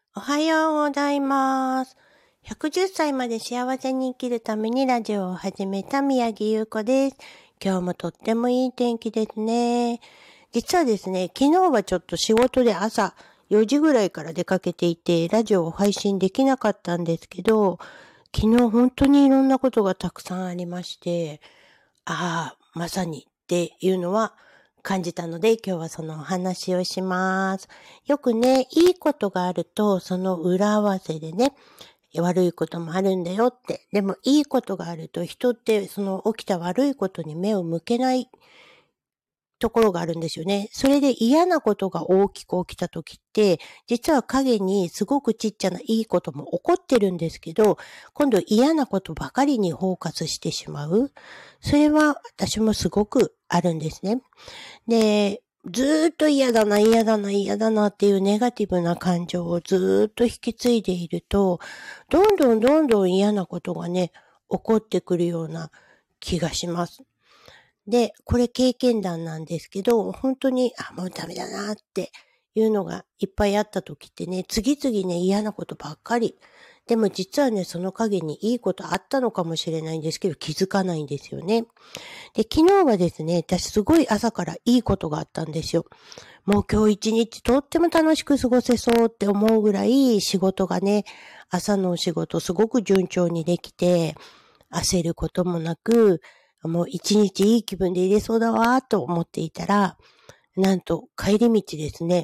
おはようございます。110歳まで幸せに生きるためにラジオを始めた宮城優子です。今日もとってもいい天気ですね。実はですね、昨日はちょっと仕事で朝4時ぐらいから出かけていて、ラジオを配信できなかったんですけど、昨日本当にいろんなことがたくさんありまして、まさにっていうのは感じたので、今日はそのお話をします。よくね、いいことがあると、その裏合わせでね、悪いこともあるんだよって。でもいいことがあると、人ってその起きた悪いことに目を向けないところがあるんですよね。それで嫌なことが大きく起きた時って、実は影にすごくちっちゃないいことも起こってるんですけど、今度嫌なことばかりにフォーカスしてしまう。それは私もすごくあるんですね。で、ずーっと嫌だな、嫌だな、嫌だなっていうネガティブな感情をずーっと引き継いでいると、どんどんどんどん嫌なことがね、起こってくるような気がします。で、これ経験談なんですけど、本当に、もうダメだなっていうのがいっぱいあった時ってね、次々ね、嫌なことばっかり。でも実はね、その陰にいいことあったのかもしれないんですけど、気づかないんですよね。で、昨日はですね、私すごい朝からいいことがあったんですよ。もう今日一日とっても楽しく過ごせそうって思うぐらい仕事がね、朝のお仕事すごく順調にできて、焦ることもなく、もう一日いい気分で入れそうだわと思っていたら、なんと帰り道ですね、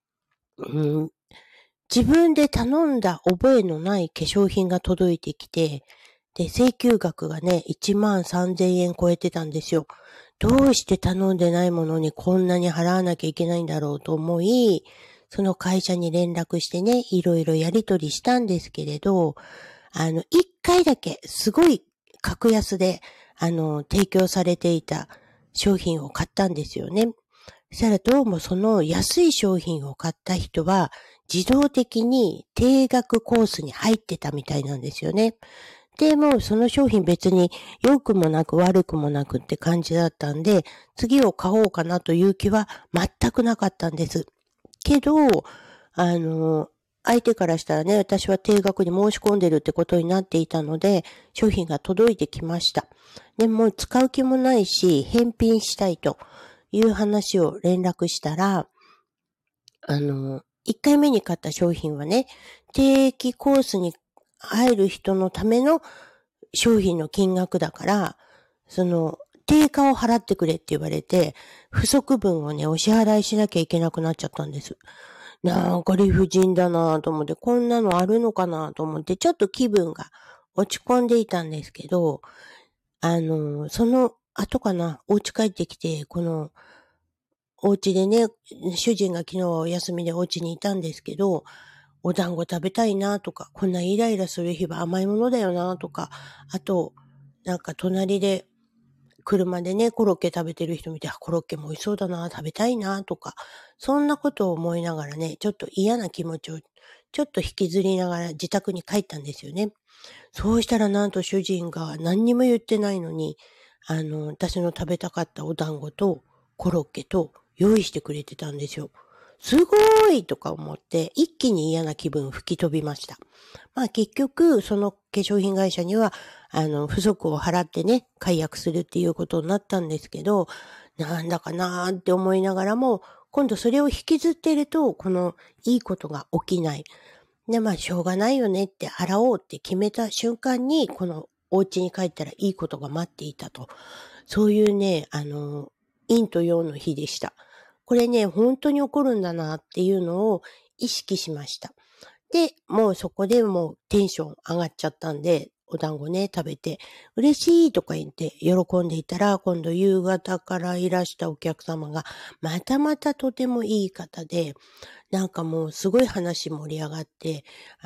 自分で頼んだ覚えのない化粧品が届いてきて、で、請求額がね、1万3000円超えてたんですよ。どうして頼んでないものにこんなに払わなきゃいけないんだろうと思い、その会社に連絡してね、いろいろやり取りしたんですけれど、一回だけすごい格安で、提供されていた商品を買ったんですよね。そしたらどうもその安い商品を買った人は自動的に定額コースに入ってたみたいなんですよね。で、もうその商品別に良くもなく悪くもなくって感じだったんで、次を買おうかなという気は全くなかったんです。けど、相手からしたらね、私は定額に申し込んでるってことになっていたので、商品が届いてきました。でも使う気もないし、返品したいという話を連絡したら、1回目に買った商品はね、定期コースに入る人のための商品の金額だから、定価を払ってくれって言われて、不足分をね、お支払いしなきゃいけなくなっちゃったんです。なんか理不尽だなぁと思って、こんなのあるのかなと思って、ちょっと気分が落ち込んでいたんですけど、その後かな、お家帰ってきて、お家でね、主人が昨日はお休みでお家にいたんですけど、お団子食べたいなとか、こんなイライラする日は甘いものだよなとか、あと、なんか隣で車でね、コロッケ食べてる人見て、コロッケも美味しそうだな、食べたいなとか、そんなことを思いながらね、ちょっと嫌な気持ちをちょっと引きずりながら自宅に帰ったんですよね。そうしたらなんと主人が何にも言ってないのに、私の食べたかったお団子とコロッケと用意してくれてたんですよ。すごーいとか思って、一気に嫌な気分吹き飛びました。まあ結局、その化粧品会社には、不足を払ってね、解約するっていうことになったんですけど、なんだかなーって思いながらも、今度それを引きずっていると、このいいことが起きない。で、まあ、しょうがないよねって払おうって決めた瞬間に、このお家に帰ったらいいことが待っていたと。そういうね、陰と陽の日でした。これね、本当に起こるんだなっていうのを意識しました。で、もうそこでもうテンション上がっちゃったんで、お団子ね、食べて、嬉しいとか言って喜んでいたら、今度夕方からいらしたお客様が、またまたとてもいい方で、なんかもうすごい話盛り上がって、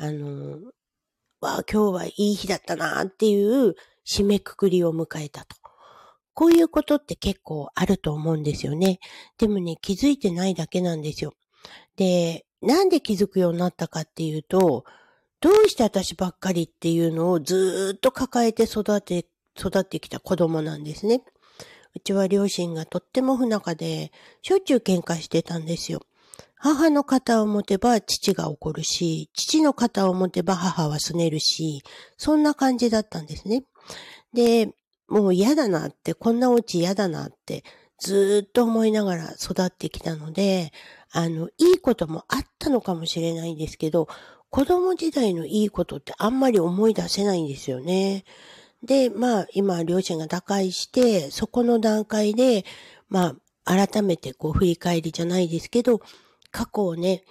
今日はいい日だったなっていう締めくくりを迎えたと。こういうことって結構あると思うんですよね。でもね、気づいてないだけなんですよ。で、なんで気づくようになったかっていうと、どうして私ばっかりっていうのをずーっと抱えて育ってきた子供なんですね。うちは両親がとっても不仲で、しょっちゅう喧嘩してたんですよ。 母の肩を持てば父が怒るし、父の肩を持てば母は拗ねるし、そんな感じだったんですね。で、もう嫌だなって、こんなお家嫌だなって、ずーっと思いながら育ってきたので、いいこともあったのかもしれないんですけど、子供時代のいいことってあんまり思い出せないんですよね。で、今、両親が他界して、そこの段階で、改めて振り返りじゃないですけど、過去をね、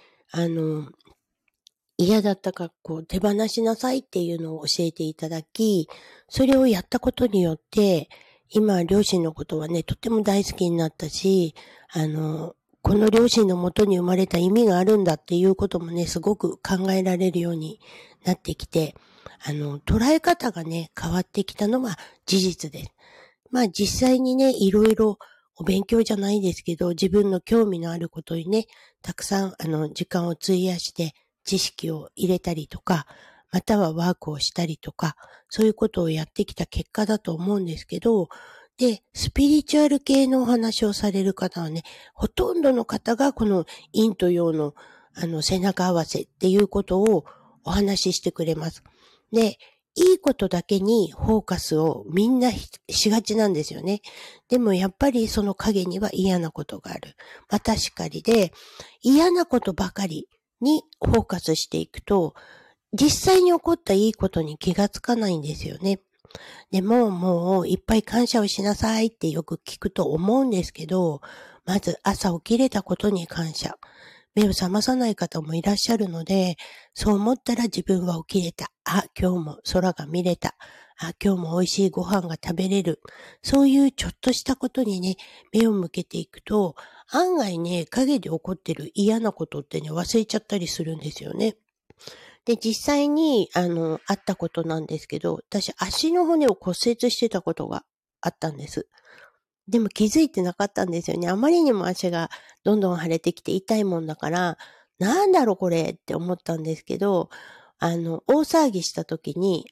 嫌だった格好を手放しなさいっていうのを教えていただき、それをやったことによって、今、両親のことはね、とても大好きになったし、この両親のもとに生まれた意味があるんだっていうこともね、すごく考えられるようになってきて、捉え方がね、変わってきたのは事実です。実際にね、いろいろお勉強じゃないですけど、自分の興味のあることにね、たくさん時間を費やして知識を入れたりとか、またはワークをしたりとか、そういうことをやってきた結果だと思うんですけど、で、スピリチュアル系のお話をされる方はね、ほとんどの方がこの陰と陽の背中合わせっていうことをお話ししてくれます。で、いいことだけにフォーカスをみんなしがちなんですよね。でもやっぱりその陰には嫌なことがある。確かにで、嫌なことばかりにフォーカスしていくと、実際に起こったいいことに気がつかないんですよね。でも、もういっぱい感謝をしなさいってよく聞くと思うんですけど、まず朝起きれたことに感謝。目を覚まさない方もいらっしゃるので、そう思ったら自分は起きれた。今日も空が見れた。今日も美味しいご飯が食べれる。そういうちょっとしたことにね、目を向けていくと、案外ね、陰で起こってる嫌なことってね、忘れちゃったりするんですよね。で、実際に、あったことなんですけど、私、足の骨を骨折してたことがあったんです。でも気づいてなかったんですよね。あまりにも足がどんどん腫れてきて痛いもんだから、なんだろこれって思ったんですけど、大騒ぎした時に、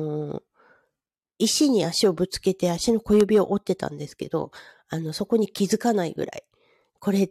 石に足をぶつけて足の小指を折ってたんですけど、そこに気づかないぐらい。これって、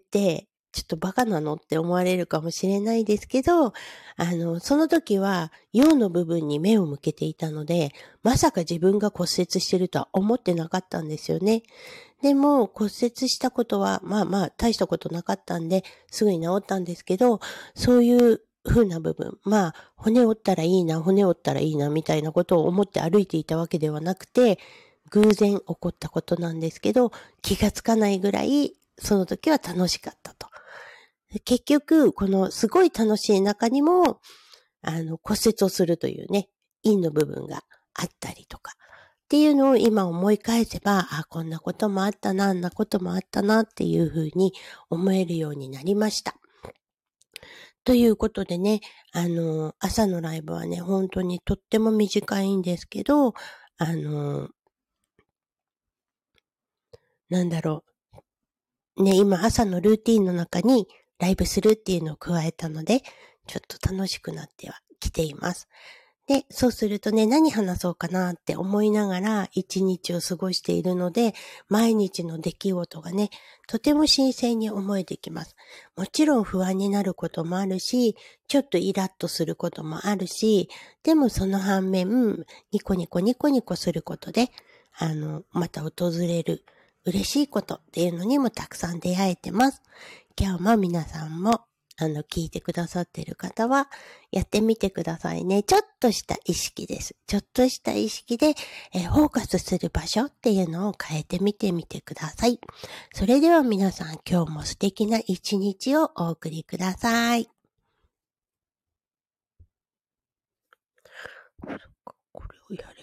ちょっとバカなのって思われるかもしれないですけど、その時は、陽の部分に目を向けていたので、まさか自分が骨折してるとは思ってなかったんですよね。でも、骨折したことは、大したことなかったんで、すぐに治ったんですけど、そういう風な部分、骨折ったらいいな、骨折ったらいいな、みたいなことを思って歩いていたわけではなくて、偶然起こったことなんですけど、気がつかないぐらい、その時は楽しかったと。結局、このすごい楽しい中にも、骨折をするというね、陰の部分があったりとか、っていうのを今思い返せば、こんなこともあったな、あんなこともあったなっていうふうに思えるようになりました。ということでね、朝のライブはね、本当にとっても短いんですけど、今朝のルーティンの中にライブするっていうのを加えたので、ちょっと楽しくなってはきています。で、そうするとね、何話そうかなって思いながら一日を過ごしているので、毎日の出来事がね、とても新鮮に思えてきます。もちろん不安になることもあるし、ちょっとイラッとすることもあるし、でもその反面、ニコニコニコニコすることで、また訪れる嬉しいことっていうのにもたくさん出会えてます。今日も皆さんも聞いてくださっている方は、やってみてくださいね。ちょっとした意識です。ちょっとした意識で、フォーカスする場所っていうのを変えてみてみてください。それでは皆さん、今日も素敵な一日をお送りください。これをやれ